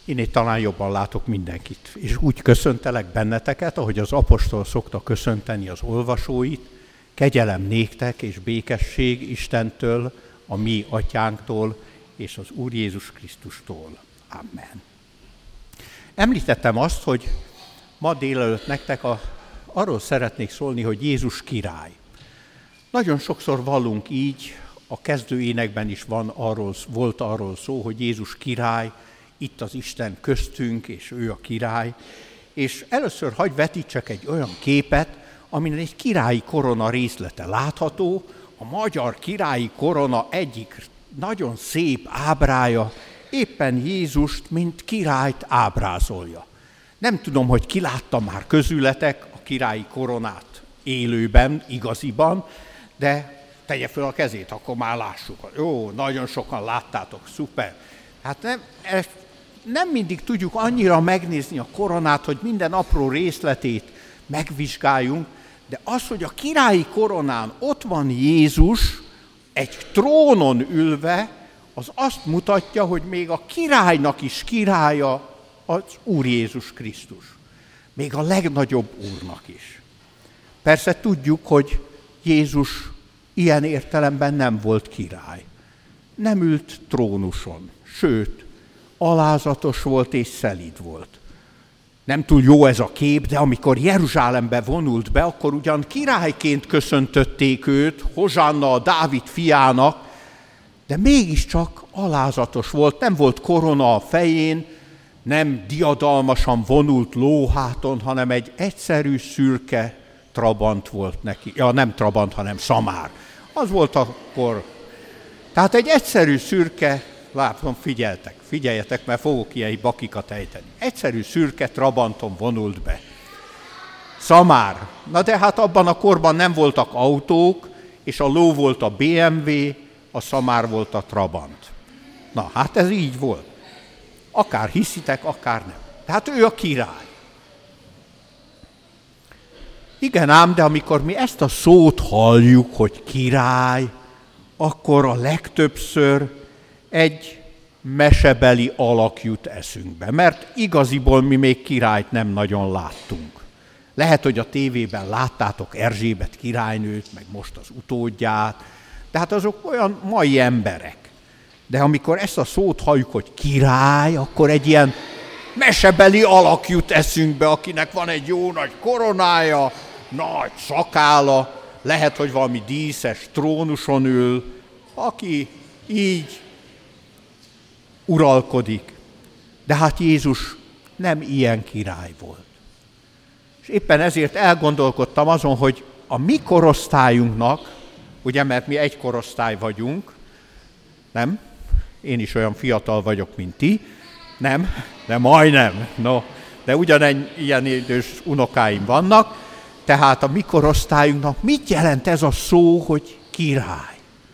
Én itt talán jobban látok mindenkit, és úgy köszöntelek benneteket, ahogy az apostol szokta köszönteni az olvasóit, kegyelem néktek és békesség Istentől, a mi atyánktól és az Úr Jézus Krisztustól. Amen. Említettem azt, hogy ma délelőtt nektek arról szeretnék szólni, hogy Jézus király. Nagyon sokszor vallunk így, a kezdőénekben is volt arról szó, hogy Jézus király, itt az Isten köztünk, és ő a király. És először hadd vetítsek egy olyan képet, amin egy királyi korona részlete látható. A magyar királyi korona egyik nagyon szép ábrája éppen Jézust, mint királyt ábrázolja. Nem tudom, hogy ki látta már közületek a királyi koronát élőben, igaziban, de tegye fel a kezét, akkor már lássuk. Jó, nagyon sokan láttátok, szuper. Hát nem mindig tudjuk annyira megnézni a koronát, hogy minden apró részletét megvizsgáljunk, de az, hogy a királyi koronán ott van Jézus, egy trónon ülve, az azt mutatja, hogy még a királynak is királya az Úr Jézus Krisztus. Még a legnagyobb Úrnak is. Persze tudjuk, hogy Jézus ilyen értelemben nem volt király. Nem ült trónuson, sőt, alázatos volt és szelíd volt. Nem túl jó ez a kép, de amikor Jeruzsálembe vonult be, akkor ugyan királyként köszöntötték őt, Hozsanna a Dávid fiának, de mégiscsak alázatos volt, nem volt korona a fején, nem diadalmasan vonult lóháton, hanem egy egyszerű szürke trabant volt neki. Ja, nem trabant, hanem szamár. Az volt akkor. Tehát egy egyszerű szürke, látom, figyeljetek, mert fogok ilyen bakikat ejteni. Egyszerű szürke trabanton vonult be. Szamár. Na de hát abban a korban nem voltak autók, és a ló volt a BMW, a szamár volt a trabant. Na, hát ez így volt. Akár hiszitek, akár nem. Tehát ő a király. Igen ám, de amikor mi ezt a szót halljuk, hogy király, akkor a legtöbbször egy mesebeli alak jut eszünkbe, mert igaziból mi még királyt nem nagyon láttunk. Lehet, hogy a tévében láttátok Erzsébet királynőt, meg most az utódját, de hát azok olyan mai emberek. De amikor ezt a szót halljuk, hogy király, akkor egy ilyen mesebeli alak jut eszünkbe, akinek van egy jó nagy koronája, nagy szakálla, lehet, hogy valami díszes trónuson ül, aki így uralkodik. De hát Jézus nem ilyen király volt. És éppen ezért elgondolkodtam azon, hogy a mi korosztályunknak, ugye, mert mi egy korosztály vagyunk, nem? Én is olyan fiatal vagyok, mint ti, nem? De majdnem, no. De ilyen idős unokáim vannak, tehát a mi korosztályunknak mit jelent ez a szó, hogy király?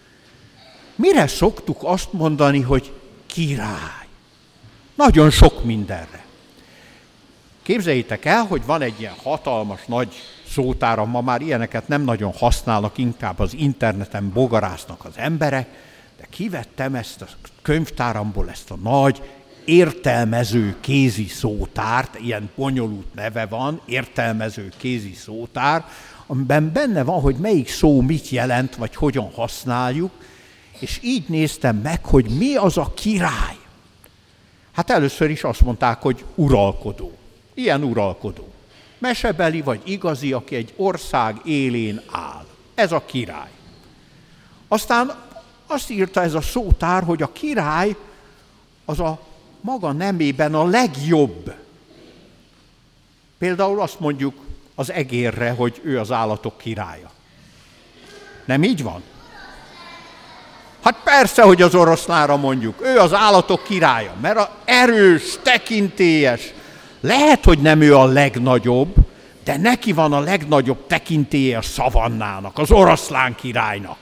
Mire szoktuk azt mondani, hogy király? Nagyon sok mindenre. Képzeljétek el, hogy van egy ilyen hatalmas nagy szótára, ma már ilyeneket nem nagyon használnak, inkább az interneten bogarásznak az emberek, de kivettem ezt a könyvtáramból ezt a nagy értelmező kézi szótárt, ilyen bonyolult neve van, értelmező kézi szótár, amiben benne van, hogy melyik szó mit jelent, vagy hogyan használjuk, és így néztem meg, hogy mi az a király. Hát először is azt mondták, hogy uralkodó. Ilyen uralkodó. Mesebeli vagy igazi, aki egy ország élén áll. Ez a király. Aztán azt írta ez a szótár, hogy a király az a maga nemében a legjobb. Például azt mondjuk az egérre, hogy ő az állatok királya. Nem így van? Hát persze, hogy az oroszlánra mondjuk, ő az állatok királya, mert a erős, tekintélyes. Lehet, hogy nem ő a legnagyobb, de neki van a legnagyobb tekintélye a szavannának, az oroszlán királynak.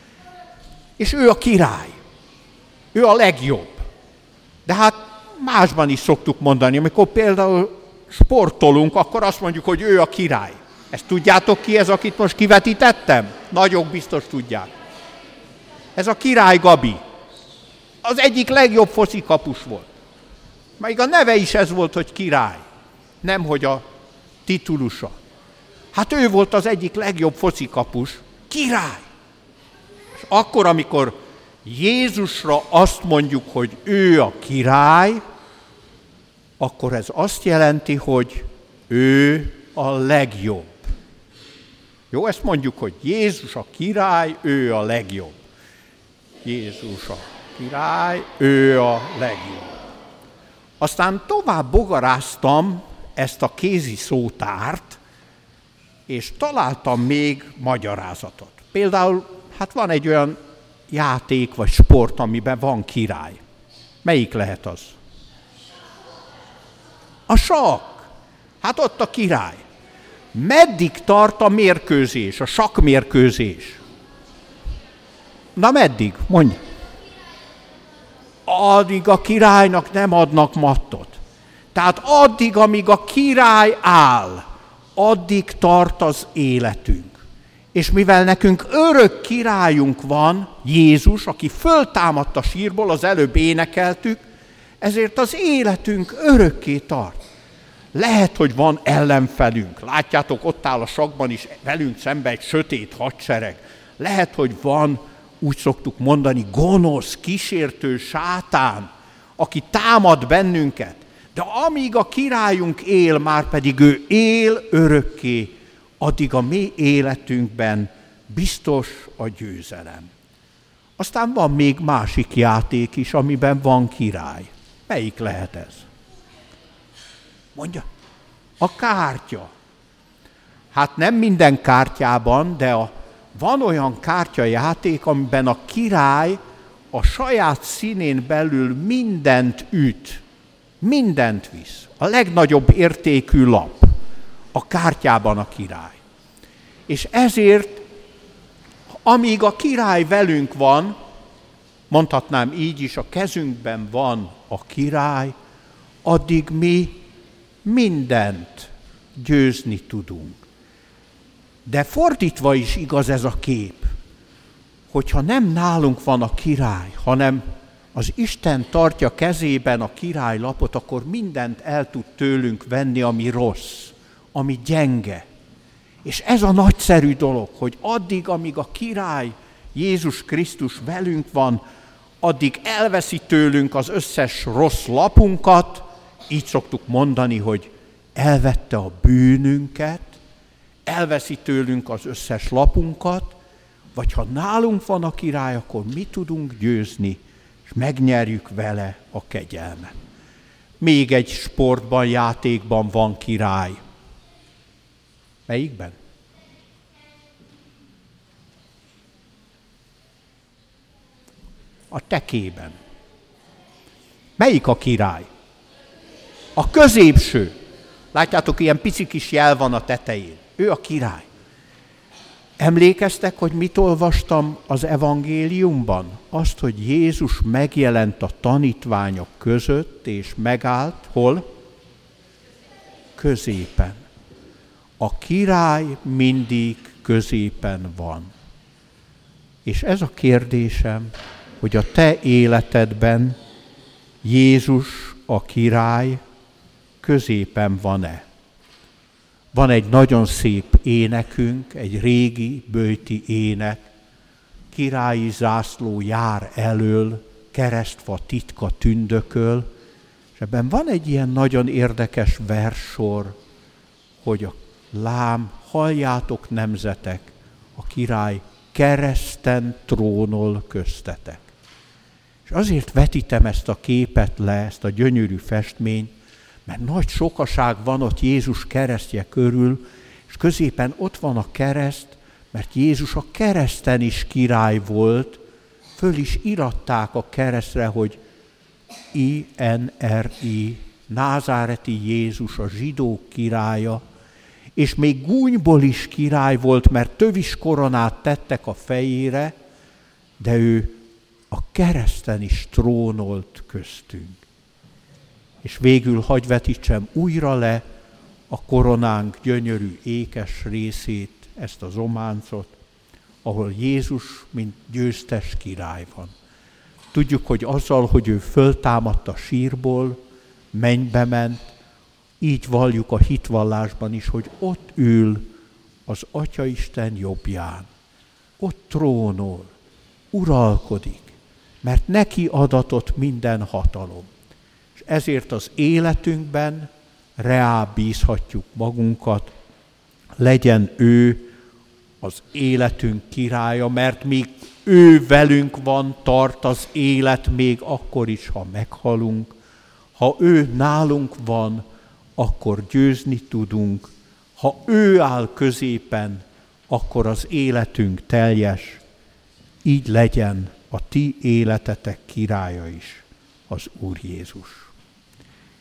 És ő a király. Ő a legjobb. De hát másban is szoktuk mondani, amikor például sportolunk, akkor azt mondjuk, hogy ő a király. Ezt tudjátok ki ez, akit most kivetítettem? Nagyok biztos tudják. Ez a Király Gabi. Az egyik legjobb focikapus volt. Még a neve is ez volt, hogy király, nem hogy a titulusa. Hát ő volt az egyik legjobb focikapus, király. És akkor, amikor Jézusra azt mondjuk, hogy ő a király, akkor ez azt jelenti, hogy ő a legjobb. Jó, ezt mondjuk, hogy Jézus a király, ő a legjobb. Jézus a király, ő a legjobb. Aztán tovább bogaráztam ezt a kézi szótárt, és találtam még magyarázatot. Például, hát van egy olyan játék vagy sport, amiben van király. Melyik lehet az? A sakk. Hát ott a király. Meddig tart a mérkőzés, a sakkmérkőzés? Na meddig? Mondj. Addig a királynak nem adnak mattot. Tehát addig, amíg a király áll, addig tart az életünk. És mivel nekünk örök királyunk van, Jézus, aki föltámadt a sírból, az előbb énekeltük, ezért az életünk örökké tart. Lehet, hogy van ellenfelünk. Látjátok, ott áll a sakkban is velünk szembe egy sötét hadsereg. Lehet, hogy van, úgy szoktuk mondani, gonosz, kísértő sátán, aki támad bennünket. De amíg a királyunk él, már pedig ő él örökké, addig a mi életünkben biztos a győzelem. Aztán van még másik játék is, amiben van király. Melyik lehet ez? Mondja. A kártya. Hát nem minden kártyában, de van olyan kártyajáték, amiben a király a saját színén belül mindent üt. Mindent visz. A legnagyobb értékű lap. A kártyában a király. És ezért, amíg a király velünk van, mondhatnám így is, a kezünkben van a király, addig mi mindent győzni tudunk. De fordítva is igaz ez a kép, hogyha nem nálunk van a király, hanem az Isten tartja kezében a királylapot, akkor mindent el tud tőlünk venni, ami rossz, ami gyenge. És ez a nagyszerű dolog, hogy addig, amíg a király Jézus Krisztus velünk van, addig elveszi tőlünk az összes rossz lapunkat, így szoktuk mondani, hogy elvette a bűnünket, elveszi tőlünk az összes lapunkat, vagy ha nálunk van a király, akkor mi tudunk győzni, és megnyerjük vele a kegyelmet. Még egy sportban, játékban van király. Melyikben? A tekében. Melyik a király? A középső. Látjátok, ilyen pici kis jel van a tetején. Ő a király. Emlékeztek, hogy mit olvastam az evangéliumban? Azt, hogy Jézus megjelent a tanítványok között, és megállt, hol? Középen. A király mindig középen van. És ez a kérdésem, hogy a te életedben Jézus a király középen van-e? Van egy nagyon szép énekünk, egy régi böjti ének, királyi zászló jár elől, keresztfa titka tündököl, és ebben van egy ilyen nagyon érdekes verssor, hogy a lám, halljátok nemzetek, a király kereszten trónol köztetek. És azért vetítem ezt a képet le, ezt a gyönyörű festményt, mert nagy sokaság van ott Jézus keresztje körül, és középen ott van a kereszt, mert Jézus a kereszten is király volt, föl is iratták a keresztre, hogy INRI, názáreti Jézus, a zsidók királya, és még gúnyból is király volt, mert tövis koronát tettek a fejére, de ő a kereszten is trónolt köztünk. És végül hagy vetítsem újra le a koronánk gyönyörű ékes részét, ezt az ománcot, ahol Jézus, mint győztes király van. Tudjuk, hogy azzal, hogy ő föltámadt a sírból, mennybe ment, így valljuk a hitvallásban is, hogy ott ül az Atyaisten jobbján. Ott trónol, uralkodik, mert neki adatott minden hatalom. És ezért az életünkben reá bízhatjuk magunkat, legyen ő az életünk királya, mert míg ő velünk van, tart az élet még akkor is, ha meghalunk. Ha ő nálunk van, akkor győzni tudunk. Ha ő áll középen, akkor az életünk teljes. Így legyen a ti életetek királya is, az Úr Jézus.